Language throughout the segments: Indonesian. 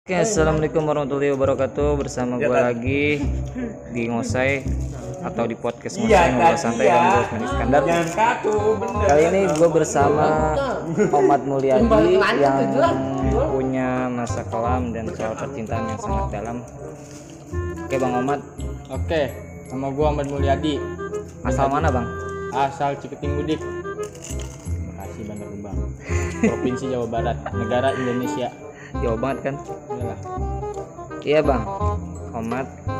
Oke, assalamualaikum warahmatullahi wabarakatuh. Bersama gue lagi di Ngosai atau di podcast Ngosai Ngobrol Santai dan gue Usman Iskandar. Kali ini gue bersama Omad Mulyadi yang punya masa kelam dan soal percintaan yang sangat dalam. Oke Bang Omad. Oke, nama gue Omad Mulyadi. Asal mana Bang? Asal Cipeting Budik, Bekasi, Bandar Gebang, Provinsi Jawa Barat, negara Indonesia. Jauh banget kan? Iyalah. Iya Bang Omad.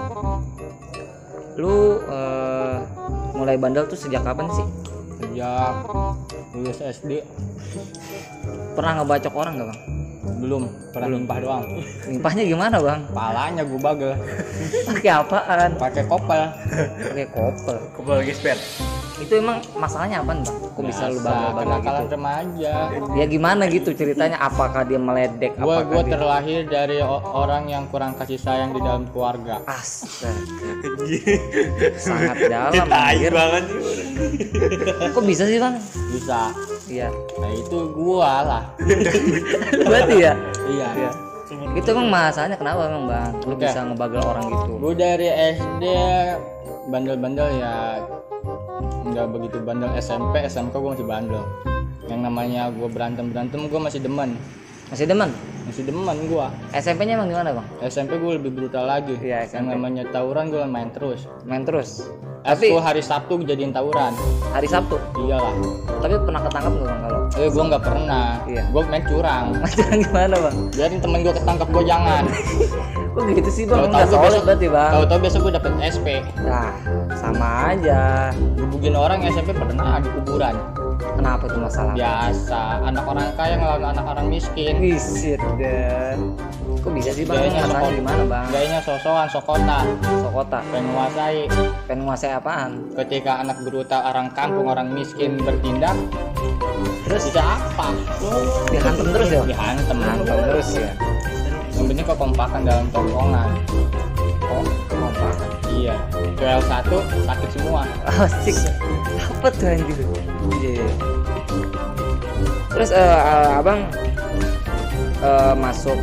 Lu mulai bandel tuh sejak kapan sih? Sejak lulus SD. Pernah ngebacok orang gak Bang? Belum, pernah limpah doang. Limpahnya gimana Bang? Palanya gue bagel. Pakai apaan? Pakai kopel. Pakai kopel. Kopel gesper. Itu emang masalahnya apaan Bang? Kok bisa lu bagel-bagel kenakalan gitu? remaja. Ya gimana gitu ceritanya? Apakah dia meledek? Gue Apakah dia... terlahir dari orang yang kurang kasih sayang di dalam keluarga. Astaga. Sangat dalam Tai anjir. banget sih. Kok bisa sih Bang? Bisa. Iya. Nah itu gua lah. Berarti ya? Iya. Iya. Itu emang masalahnya kenapa emang Bang? Lu Oke. bisa ngebagel orang gitu? Gue dari SD bandel-bandel ya, nggak begitu bandel. SMP, SMK gue masih bandel. Yang namanya gue berantem gue masih demen. Masih demen? Masih demen gue. SMP-nya emang gimana Bang? SMP gue lebih brutal lagi. Iya, Yang SMP. namanya tawuran gue main terus. Main terus? Tapi Tapi hari Sabtu jadiin tawuran. hari Sabtu? Iyalah. Tapi pernah ketangkap gak Bang kalau? Gue nggak pernah. Iya. Gue main curang. Macam gimana Bang? Biarin temen gue ketangkap, gue jangan. Kok gitu sih Bang? Tahu-tahu Nggak gua solid besok- berarti Bang? Tahu-tahu besok gue dapet SP. Nah, sama aja. Gebugin orang SMP pernah di kuburan. Kenapa tuh masalah? Biasa, anak orang kaya ngelawan anak orang miskin. Wisit deh. Kok bisa sih Bang? Gayanya Masalahnya sokot- gimana Bang? Gayanya sosokan, sokota, Sokota. pengen menguasai. Pengen nguasai apaan? Ketika anak brutal orang kampung, orang miskin bertindak, terus bisa apa? Dihantem terus ya? Dihantem. Hantem terus ya. Yang penting kekompakan dalam tongkrongan. Oh, kekompakan. Iya. Duel satu sakit semua. Asik. Apa tuh anjir? Iya. Terus Abang masuk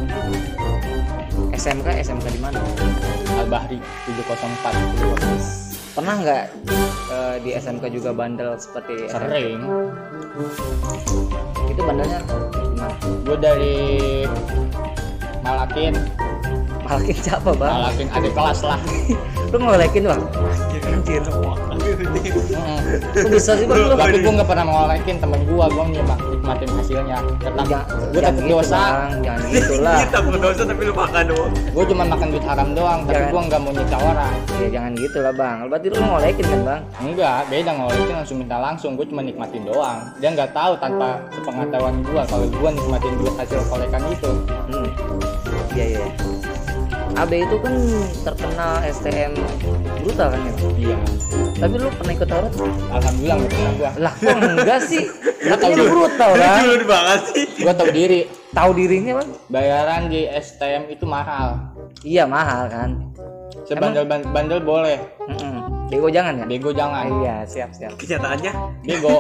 SMK di mana? Al-Bahri 704. Pernah nggak di SMK juga bandel seperti SMP? Sering. Itu bandelnya gimana? Gue dari Malakin, Malakin siapa Bang? Malakin adik kelas lah. Lu ngolekin Bang? Anjir. Kok bisa sih Bang? Lu Tapi gue nggak pernah ngolekin temen gue nikmatin hasilnya. Gue takut gitu, dosa. Bang. Jangan gitu lah. Kita berdosa tapi lu makan doang. Gue cuma makan duit haram doang, tapi Jangan. gue nggak mau nyiksa orang. Ya jangan gitu lah Bang. Berarti lu ngolekin kan Bang? Enggak, beda ngolekin langsung minta langsung. Gue cuma nikmatin doang. Dia nggak tahu tanpa sepengetahuan gue kalau gue nikmatin duit hasil kolekan itu. Iya iya. AB itu kan terkenal STM brutal kan ya? Iya. Tapi lu pernah ikut tawuran? Alhamdulillah nggak pernah gue. Lah kok enggak sih? Lu tahu Itu brutal kan? Lucu banget sih. Gue tahu diri. Tahu dirinya Bang? Bayaran di STM itu mahal. Iya mahal kan? Sebandel-bandel boleh, Bego jangan kan? bego jangan. Iya siap. Kenyataannya Bego.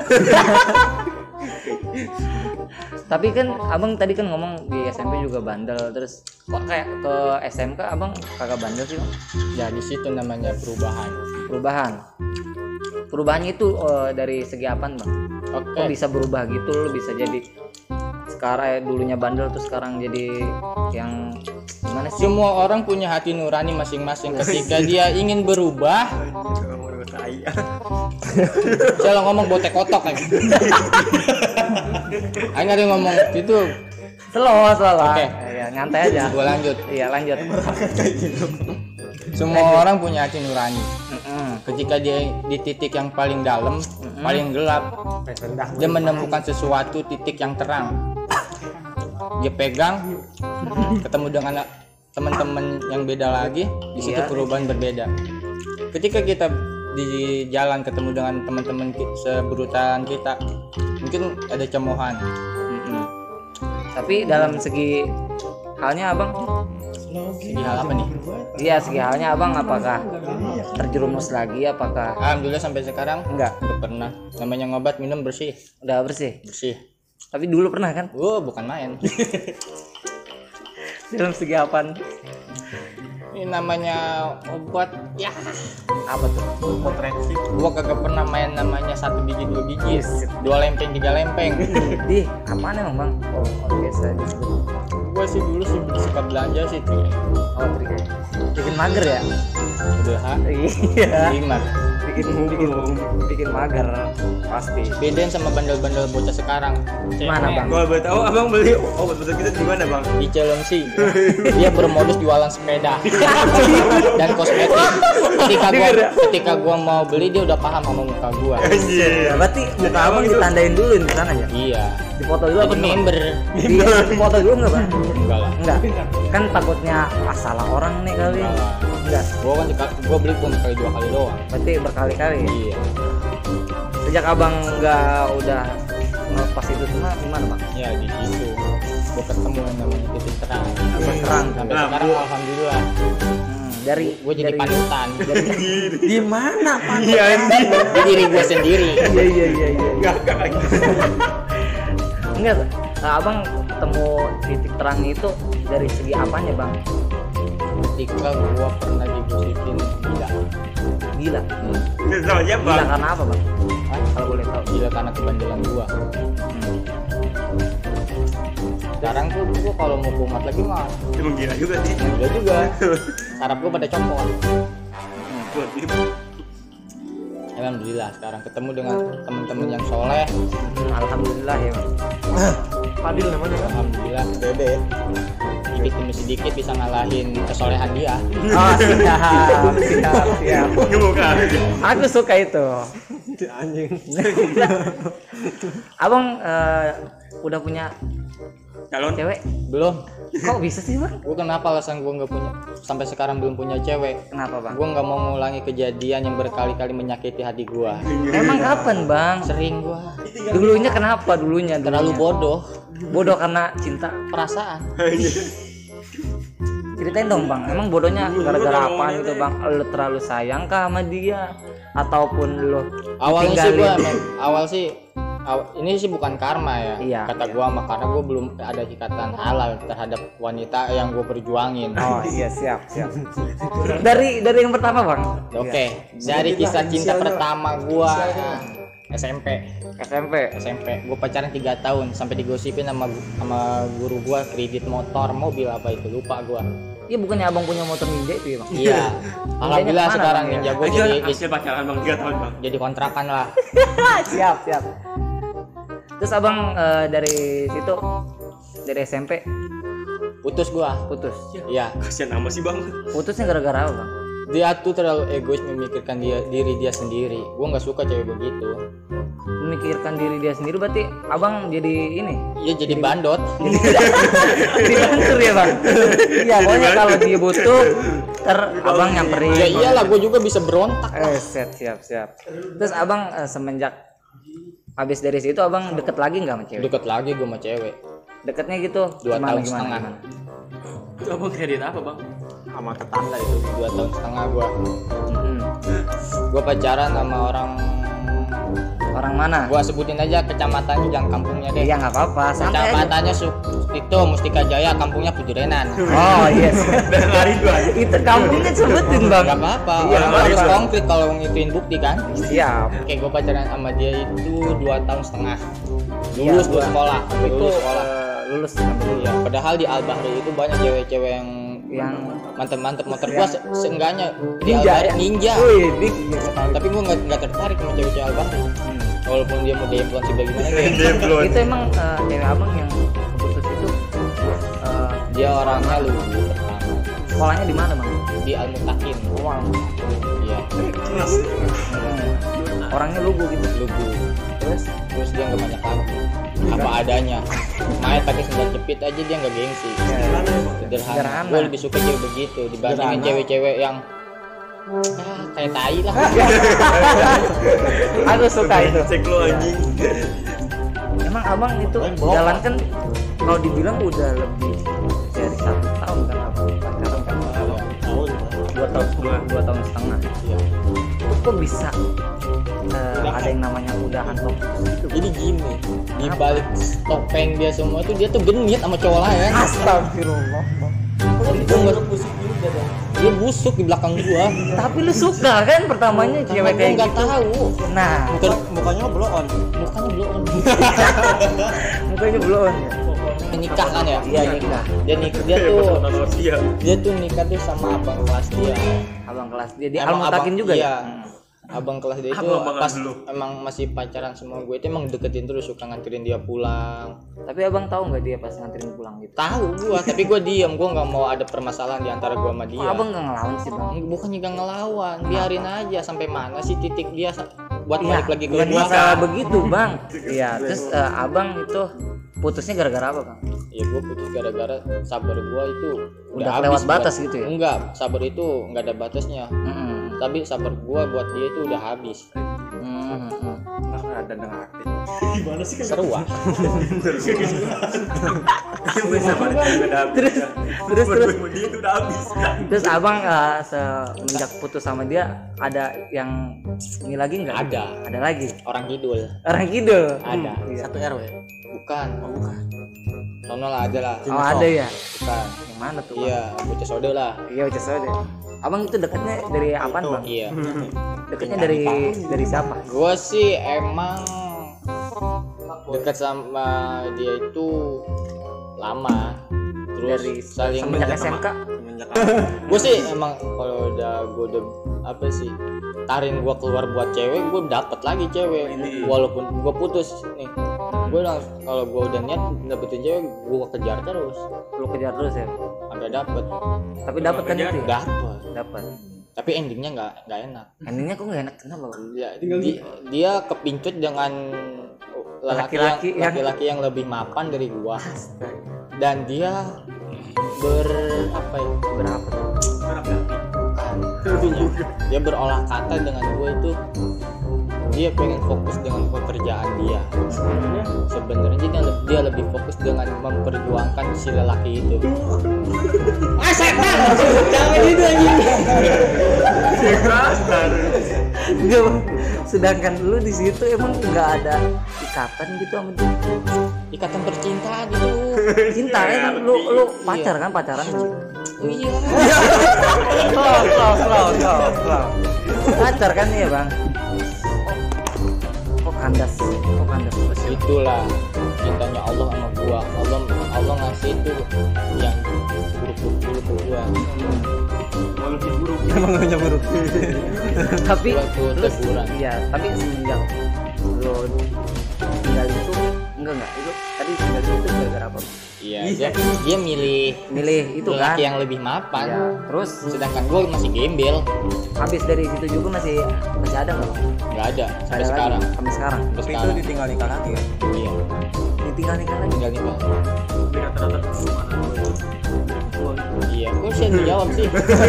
Tapi kan abang tadi kan ngomong di SMP juga bandel, terus kok kayak ke SMK abang kagak bandel sih Bang? Ya di situ namanya perubahan. Perubahannya itu dari segi apaan Bang? Kok Oke. bisa berubah gitu? Lu bisa jadi sekarang dulunya bandel terus sekarang jadi yang gimana sih? Semua orang punya hati nurani masing-masing. Ketika dia ingin berubah, saya ngomong botek kotok lagi. Aing ada yang ngomong itu. Slow lah. Oke. Ya, nyantai aja. Gue lanjut. Iya lanjut. Semua orang punya hati nurani. Mm-mm. Ketika dia di titik yang paling dalam, paling gelap, dia menemukan sesuatu titik yang terang. Dia pegang, ketemu dengan teman-teman yang beda lagi, di situ Iya. perubahan berbeda. Ketika kita di jalan ketemu dengan teman-teman sebrutalan kita, mungkin ada cemoohan. Mm-mm. Tapi dalam segi halnya abang, Segi hal apa nih? iya segi halnya abang apakah terjerumus lagi? Apakah Alhamdulillah sampai sekarang enggak? udah pernah. Namanya ngobat minum bersih, Udah bersih. bersih. Tapi dulu pernah kan? Bukan main. Dalam segi apaan? Ini namanya obat ya. Apa tuh? Kontraksi. Gua kagak pernah main namanya 1 biji 2 biji, 2 lempeng 3 lempeng. Di, apaan emang bang? Oh biasa disebut. Gua sih dulu sih suka belanja sih tuh. Oh trik. Bikin mager ya? Udah Iya. 5. Bikin mager pasti. Bedain sama bandel-bandel bocah sekarang. Mana bang? Gua buat tahu abang beli obat-obat kita di mana bang? Di Cilengsi. Dia bermodus jualan sepeda dan kosmetik. Ketika gua mau beli dia udah paham sama muka gua. Anjir. Berarti muka abang ditandain dulu di sana ya? Iya. Dipoto dulu apa Jadi enggak? member. Dipoto dulu enggak bang? Enggak lah. Enggak. Kan takutnya salah orang nih kali. Enggak. Gua beli pun sekali 2 kali doang. Berarti berkali-kali. Iya. Sejak abang enggak udah ngelepas itu semua gimana bang? Ya di situ gua ketemu yang namanya titik terang. Titik terang. Sampai Nah, sekarang gua- alhamdulillah Dari gua jadi panutan. Di mana pak? Iya anjir. Di diri gua sendiri. Iya. Enggak. Enggak, abang ketemu titik terang itu dari segi apanya bang? Ketika gua pernah digosipin gila. Gila. Sama siapa? Gila karena apa bang? Hah? Kalau boleh tahu. Gila karena kebandelan gua. Sekarang tuh gua kalau mau kumat lagi mah Emang gila juga sih. gila juga. Sarap gua pada copot. Buat itu. Alhamdulillah sekarang ketemu dengan teman-teman yang soleh. Alhamdulillah ya bang. Fadil namanya kan? Alhamdulillah bebe. Dikit sedikit bisa ngalahin kesolehan dia. Oh siap. Ngebuka. Aku suka itu. Anjing. Abang udah punya Calon. cewek? Belum. Kok bisa sih bang? Gua kenapa alasan gua nggak punya sampai sekarang belum punya cewek? Kenapa bang? Gua nggak mau mengulangi kejadian yang berkali-kali menyakiti hati gua. Emang kapan bang? Sering gua Dulunya kenapa dulunya? terlalu bodoh Bodoh karena cinta. perasaan. Ceritain dong bang, emang bodohnya gara-gara apaan gitu bang? Lu terlalu sayang kah sama dia? Ataupun lu Awalnya sih ditinggalin? awal sih ini sih bukan karma ya. Iya. Kata gua mah karena gua belum ada ikatan halal terhadap wanita yang gua perjuangin. Oh iya siap. Dari yang pertama bang? Oke, dari kisah cinta pertama gua SMP. Gua pacaran 3 tahun sampai digosipin sama guru gua kredit motor, mobil apa itu lupa gua. Iya bukannya abang punya motor ninja itu ya bang? Iya. Alhamdulillah kemana, sekarang Bang, ya? ninja gua Aja jadi hasil pacaran bang 3 tahun bang. jadi kontrakan lah. siap. Terus abang dari situ dari SMP Putus gua. putus. Iya. Kasian amat sih bang. Putusnya gara-gara apa bang? Dia tuh terlalu egois memikirkan diri dia sendiri. Gua nggak suka cewek begitu. Memikirkan diri dia sendiri berarti abang jadi ini? Iya jadi bandot. Jadi hancur ya bang? Iya pokoknya kalau dia butuh abang nyamperin. Ya iyalah, gue juga bisa berontak. Siap. Terus abang semenjak habis dari situ abang deket lagi nggak sama cewek? Deket lagi gue sama cewek. Deketnya gitu 2 tahun setengah. Itu abang kredit apa bang? Sama tetangga itu 2 tahun setengah gue. Hmm. Gue pacaran sama Orang mana? Gue sebutin aja kecamatannya, jangan kampungnya deh. Iya nggak apa-apa. Santai aja. Kecamatannya itu Mustika Jaya, kampungnya Pujurenan. Oh yes. Dan lari dua. Itu kampungnya sebutin bang. Gak apa-apa. Iya, Orang nggak harus apa-apa. konkret kalau ngituin bukti kan. Siap. Oke, gue pacaran sama dia itu 2 tahun setengah. Iya, Lulus gue sekolah. Itu Lulus sekolah. lulus Iya, padahal di Al-Bahri itu banyak cewek-cewek yang mantep-mantep motor gua seenggaknya di Al-Bahri ninja. Wih, Tapi gua nggak tertarik sama cewek-cewek Al-Bahri. Walaupun dia mau demplon sih bagaimana gitu. Demplon. itu emang cewek abang yang putus itu Dia orangnya lugu pertama. sekolahnya di mana bang? Di Al-Mutakin. Wow. Iya, Orangnya lugu gitu. lugu. Terus Dia nggak banyak lagu. Apa adanya. Main pakai sendal jepit aja dia nggak gengsi. Sederhana. Sederhana. Gue lebih suka cewek begitu dibandingin cewek-cewek yang kayak tai lah. aku suka itu. Cek lo anjing. Emang abang itu jalan kan kalau dibilang udah lebih dari 1 tahun kan abang pacaran kan? 2 tahun setengah. Iya. Itu kok bisa ada yang namanya udahan toksik itu? Jadi gini, di balik topeng dia semua itu dia tuh genit sama cowok lain. Astagfirullah. Gua nggak busuk juga dong. Dia busuk di belakang gua. Tapi lu suka kan pertamanya cewek Gua kayak nggak gitu. tahu. Nah, Mukanya blow on. Mukanya belum mukanya belum. nikah kan ya? Iya nikah. Dia tuh nikah tuh sama abang kelas dia. Abang kelas dia Emang almutakin juga iya. ya. Abang kelas dia itu Abang-abangan pas dulu. emang masih pacaran sama gue itu emang deketin terus, suka nganterin dia pulang. Tapi abang tahu nggak dia pas nganterin pulang gitu? Tahu gua, tapi gua diem, gua nggak mau ada permasalahan di antara gua sama Kok dia. abang nggak ngelawan sih bang? Bukannya gak ngelawan, biarin aja sampai mana sih titik dia buat balik lagi ke Iya, gua. bisa begitu bang. Iya, terus abang itu putusnya gara-gara apa bang? Ya gua putus gara-gara sabar gua itu Udah habis lewat batas gitu ya? Enggak, sabar itu nggak ada batasnya. Tapi sabar gua buat dia itu udah habis. Ada dengan aktif. Gimana sih kan? Seru ah. Terus Dia itu udah habis. terus abang semenjak putus sama dia ada yang ini lagi nggak? Ada lagi. Orang kidul. Orang kidul. Ada. Iya. Satu RW. Bukan. Sono lah ada lah. Oh ada ya. Bukan. Yang mana tuh? Bang? Iya, bocah sode lah. Iya udah sode. Abang itu dekatnya dari apaan bang? Iya. Dekatnya dari siapa? Gua sih emang dekat sama dia itu lama. Terus Dari saling semenjak SMK. gue sih emang kalau gue udah apa sih tarin gue keluar buat cewek, gue dapet lagi cewek walaupun gue putus nih. Gue kalau gue udah niat dapetin cewek, gue kejar terus. Lu kejar terus ya. Sampai dapet. Tapi dapat kan itu ya? Dapet. Dapat. Tapi endingnya nggak enak. Endingnya kok nggak enak, kenapa bang? Dia kepincut dengan Laki-laki laki-laki yang lebih mapan dari gua. Dan dia berapa ya? Berapa tuh? Dia berolah kata dengan gua itu. Dia pengen fokus dengan pekerjaan dia. Sebenarnya dia lebih fokus dengan memperjuangkan si lelaki itu. Setan! Jangan gitu anjing. Enggak, Bang. Sedangkan lu di situ emang nggak ada ikatan gitu sama dia. Ikatan percintaan itu. Cinta kan lu pacar kan pacaran. Iya. Slow. Pacar kan ya bang. Kok kandas terus ya? Itulah cintanya Allah sama gua. Allah ngasih itu yang buruk-buruk ke gua. Emang lu buruk. Tapi Waktu terus teguran. iya, tapi semenjak lu tinggal itu enggak itu tadi tinggal itu gara-gara apa? Iya, dia Milih itu kan. lelaki yang lebih mapan. Iya. Terus Sedangkan gua masih gembel. habis dari situ juga masih ada nggak bang? Nggak ada sampai Ada sekarang. lagi? Sampai sekarang. Sampai Tapi itu sekarang. ditinggal nikah lagi ya. Iya. Ditinggal nikah lagi. Tinggal nikah. Iya, gua sih jawab sih.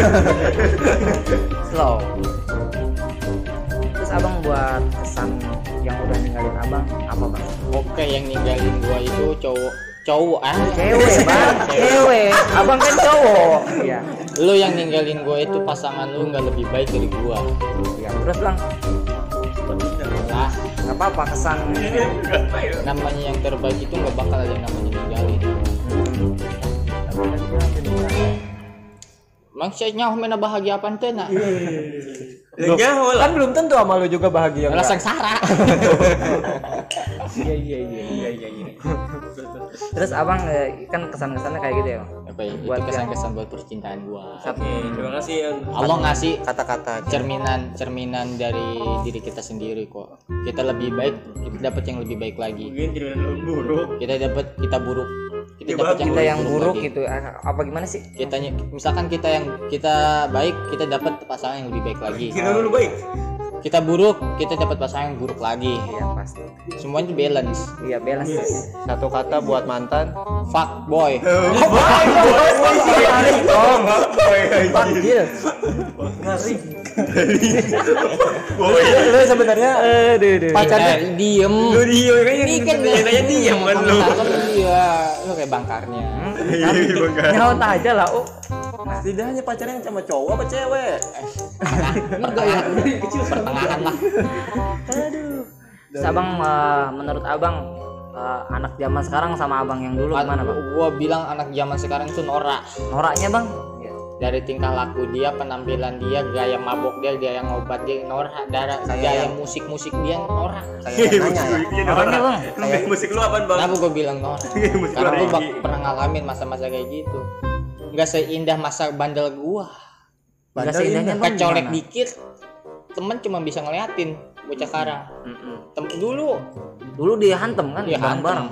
Slow. Terus abang buat kesan yang udah ninggalin abang apa bang? Oke, yang ninggalin gua itu cowok Cewek bang, cewek. Abang kan cowok. Iya. Lu yang ninggalin gua itu pasangan lu nggak lebih baik dari gua. Iya. Terus bang, Nah, nggak apa-apa kesan. namanya yang terbaik itu nggak bakal ada yang namanya ninggalin. Maksudnya nyawa mena bahagia apa ente nak? Kan belum tentu sama lu juga bahagia. Malah sengsara. Iya. Terus abang kan kesan-kesannya kayak gitu ya bang? Apa ya? Itu Buat kesan-kesan buat percintaan gua. Terima kasih yang Allah ngasih Kata-kata cerminan dari diri kita sendiri kok. Kita lebih baik, kita dapat yang lebih baik lagi. mungkin tidak buruk. Kita buruk. Kita dapat Kita yang buruk lagi. gitu. Apa gimana sih? Misalkan kita baik, kita dapat pasangan yang lebih baik lagi. Kita dulu baik. Kita buruk, kita dapat pasangan yang buruk lagi. Iya pasti. Semuanya balance. Iya balance. satu kata buat mantan. Fuck boy. Panggil. Lu sebenarnya Pacarnya diem. Lu dia kayaknya Ini kan nanya diam kan lu. Iya, lu kayak bangkarnya. Nyaut aja lah. Oh. setidaknya pacarnya sama cowok apa cewek? Enggak ya, pertengahan lah. Terus abang menurut abang anak zaman sekarang sama abang yang dulu gimana bang? Gua bilang anak zaman sekarang itu norak. Noraknya bang? dari tingkah laku dia, penampilan dia, gaya mabok dia, gaya ngobat dia norak, gaya musik dia norak. Kayak nanya ya. Makanya bang, Kayak musik lu apaan bang? Kenapa gue bilang norak? Musik Karena gue reggae. pernah ngalamin masa-masa kayak gitu. Nggak seindah masa bandel gua. nggak seindahnya bang. Kecolek gimana? dikit, temen cuma bisa ngeliatin bocah karang. Dulu Dulu dia hantem kan, dia bareng-bareng.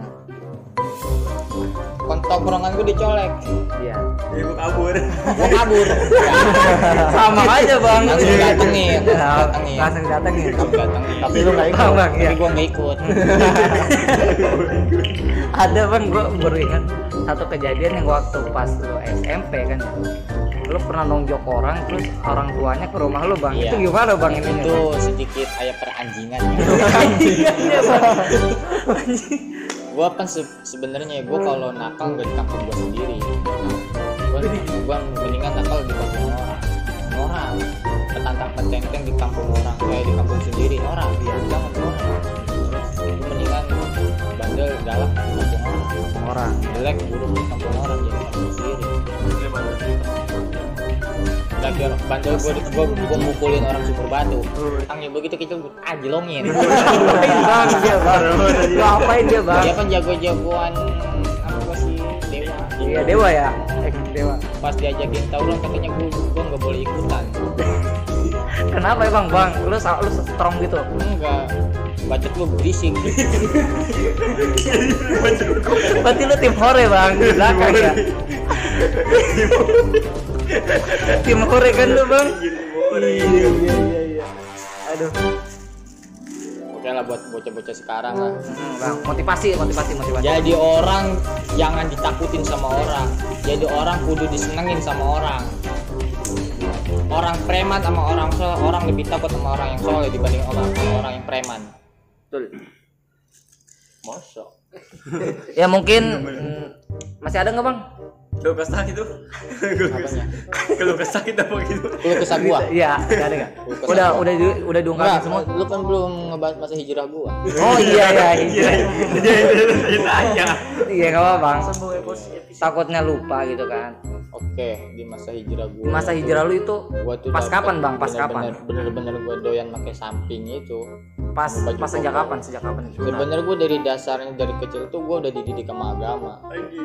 tongkrongan gue dicolek, Iya. Ya gua kabur. gua kabur. Sama aja bang. Langsung datengin. Langsung datengin. Tapi lu nggak ikut bang? Iya. Tapi gua nggak ikut. Ada bang, gue baru ingat satu kejadian yang waktu pas lu SMP kan, lu pernah nonjok orang terus orang tuanya ke rumah lu bang. Iya. Itu gimana bang ini? Itu sedikit kayak peranjingan. Gua kan sebenarnya gua kalau nakal nggak di kampung gua sendiri. Gua mendingan nakal di kampung orang. Petantang petenteng di kampung orang, kayak di kampung sendiri orang. Biar banget orang. Gua mendingan bandel galak di kampung orang. Jelek buruk di kampung orang, jadi kampung sendiri. Gak biar bandel gua mukulin orang sumur batu. Tangnya begitu kecil gua jelongin. Bang dia bang. Lu apain dia bang? Dia kan jago-jagoan apa sih, dewa. Iya dewa ya. Dewa. Pas diajakin tawuran katanya gua nggak boleh ikutan. Kenapa ya bang? Lu strong gitu? Enggak, budget gua berisik. Berarti lu tim hore bang di belakang ya? Tim hore kan lu bang? Iya. Aduh. Oke lah buat bocah-bocah sekarang lah. Bang, motivasi. Jadi orang jangan ditakutin sama orang. Jadi orang kudu disenengin sama orang. Orang preman sama orang lebih takut sama orang yang soleh dibanding orang yang preman. Betul. Masa? Ya mungkin masih ada nggak bang? Lu kesah itu? Apanya? Kalau kesah kita apa gitu? Lu kesah gua? Iya, nggak ada nggak? Udah diungkapin Enggak, semua. lu kan belum ngebahas masa hijrah gua. Oh iya. Tanya. Iya nggak apa bang. Takutnya lupa gitu kan. Oke, di masa hijrah gua. Di masa hijrah lu itu Gua tuh pas dapet kapan bang? Pas kapan? Bener-bener gua doyan pakai samping itu. Pas baju sejak koko. kapan? Sejak kapan? Sebenarnya gua dari dasarnya dari kecil tuh gua udah dididik sama agama.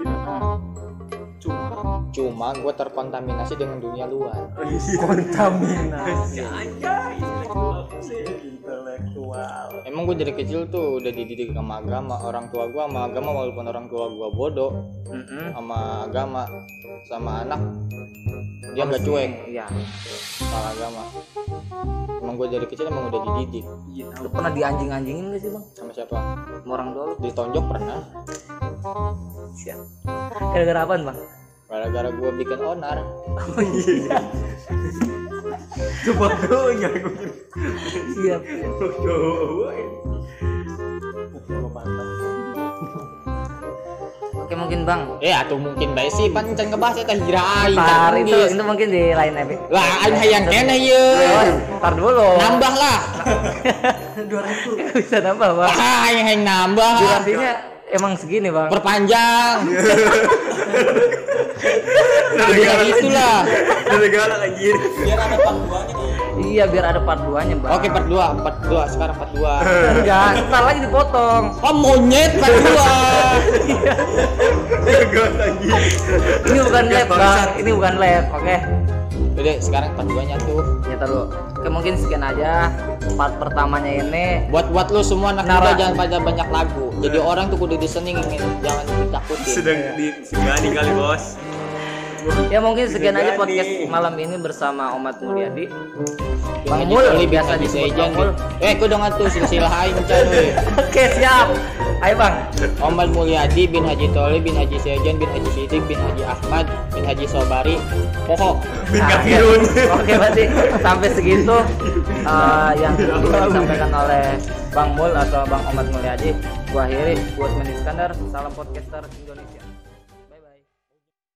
Cuma gua terkontaminasi dengan dunia luar. Kontaminasi. Intelektual. Emang gua dari kecil tuh udah dididik sama agama. Orang tua gua sama agama, walaupun orang tua gua bodoh sama agama, sama anak dia nggak cuek Iya. sama agama. Emang gua dari kecil emang udah dididik. Lu pernah dianjing-anjingin gak sih bang? Sama siapa? Sama orang tua lu? Ditonjok pernah. Siap. Gara-gara apaan bang? Gara-gara gua bikin onar. Coba doanya gue kira. Siap. Oke mungkin bang. Atau mungkin baik sih pan can ngebahas eta hijrah aing. Ntar itu mungkin di lain episode. Lah aing hayang kene ye. Ntar dulu. Nambah lah. 200. Bisa nambah bang. Aing hayang nambah. Durasinya emang segini bang. Perpanjang. Udah itulah. Gara-gara anjir. Biar ada part 2-nya nih. Iya biar ada part 2-nya bang. Oke part 2 sekarang part 2. Enggak, ntar lagi dipotong. Oh monyet part 2. Gara-gara anjir. Ini bukan lab bang, ini bukan lab, oke? Udah sekarang part 2-nya tuh. Ya taruh. Oke mungkin sekian aja part pertamanya ini. Buat lu semua anak Nara. muda jangan pada banyak lagu. Jadi orang tuh kudu disenengin, jangan ditakutin. Sedang disegani kali bos. Ya mungkin sekian aja podcast malam ini bersama Omat Mulyadi. Bang Bin Mul, Haji Toli, bin biasa Haji disebut Sejan, Bang Mul. Ku dong atuh silsilah aing can we. Oke siap. Ayo bang. Omat Mulyadi bin Haji Toli bin Haji Sejan bin Haji Sidik bin Haji Ahmad bin Haji Sobari. Pokok Bin Nah, Kafirun. Oke berarti sampai segitu yang bisa disampaikan oleh Bang Mul atau Bang Omat Mulyadi. Gua akhiri, buat Iskandar, salam podcaster Indonesia.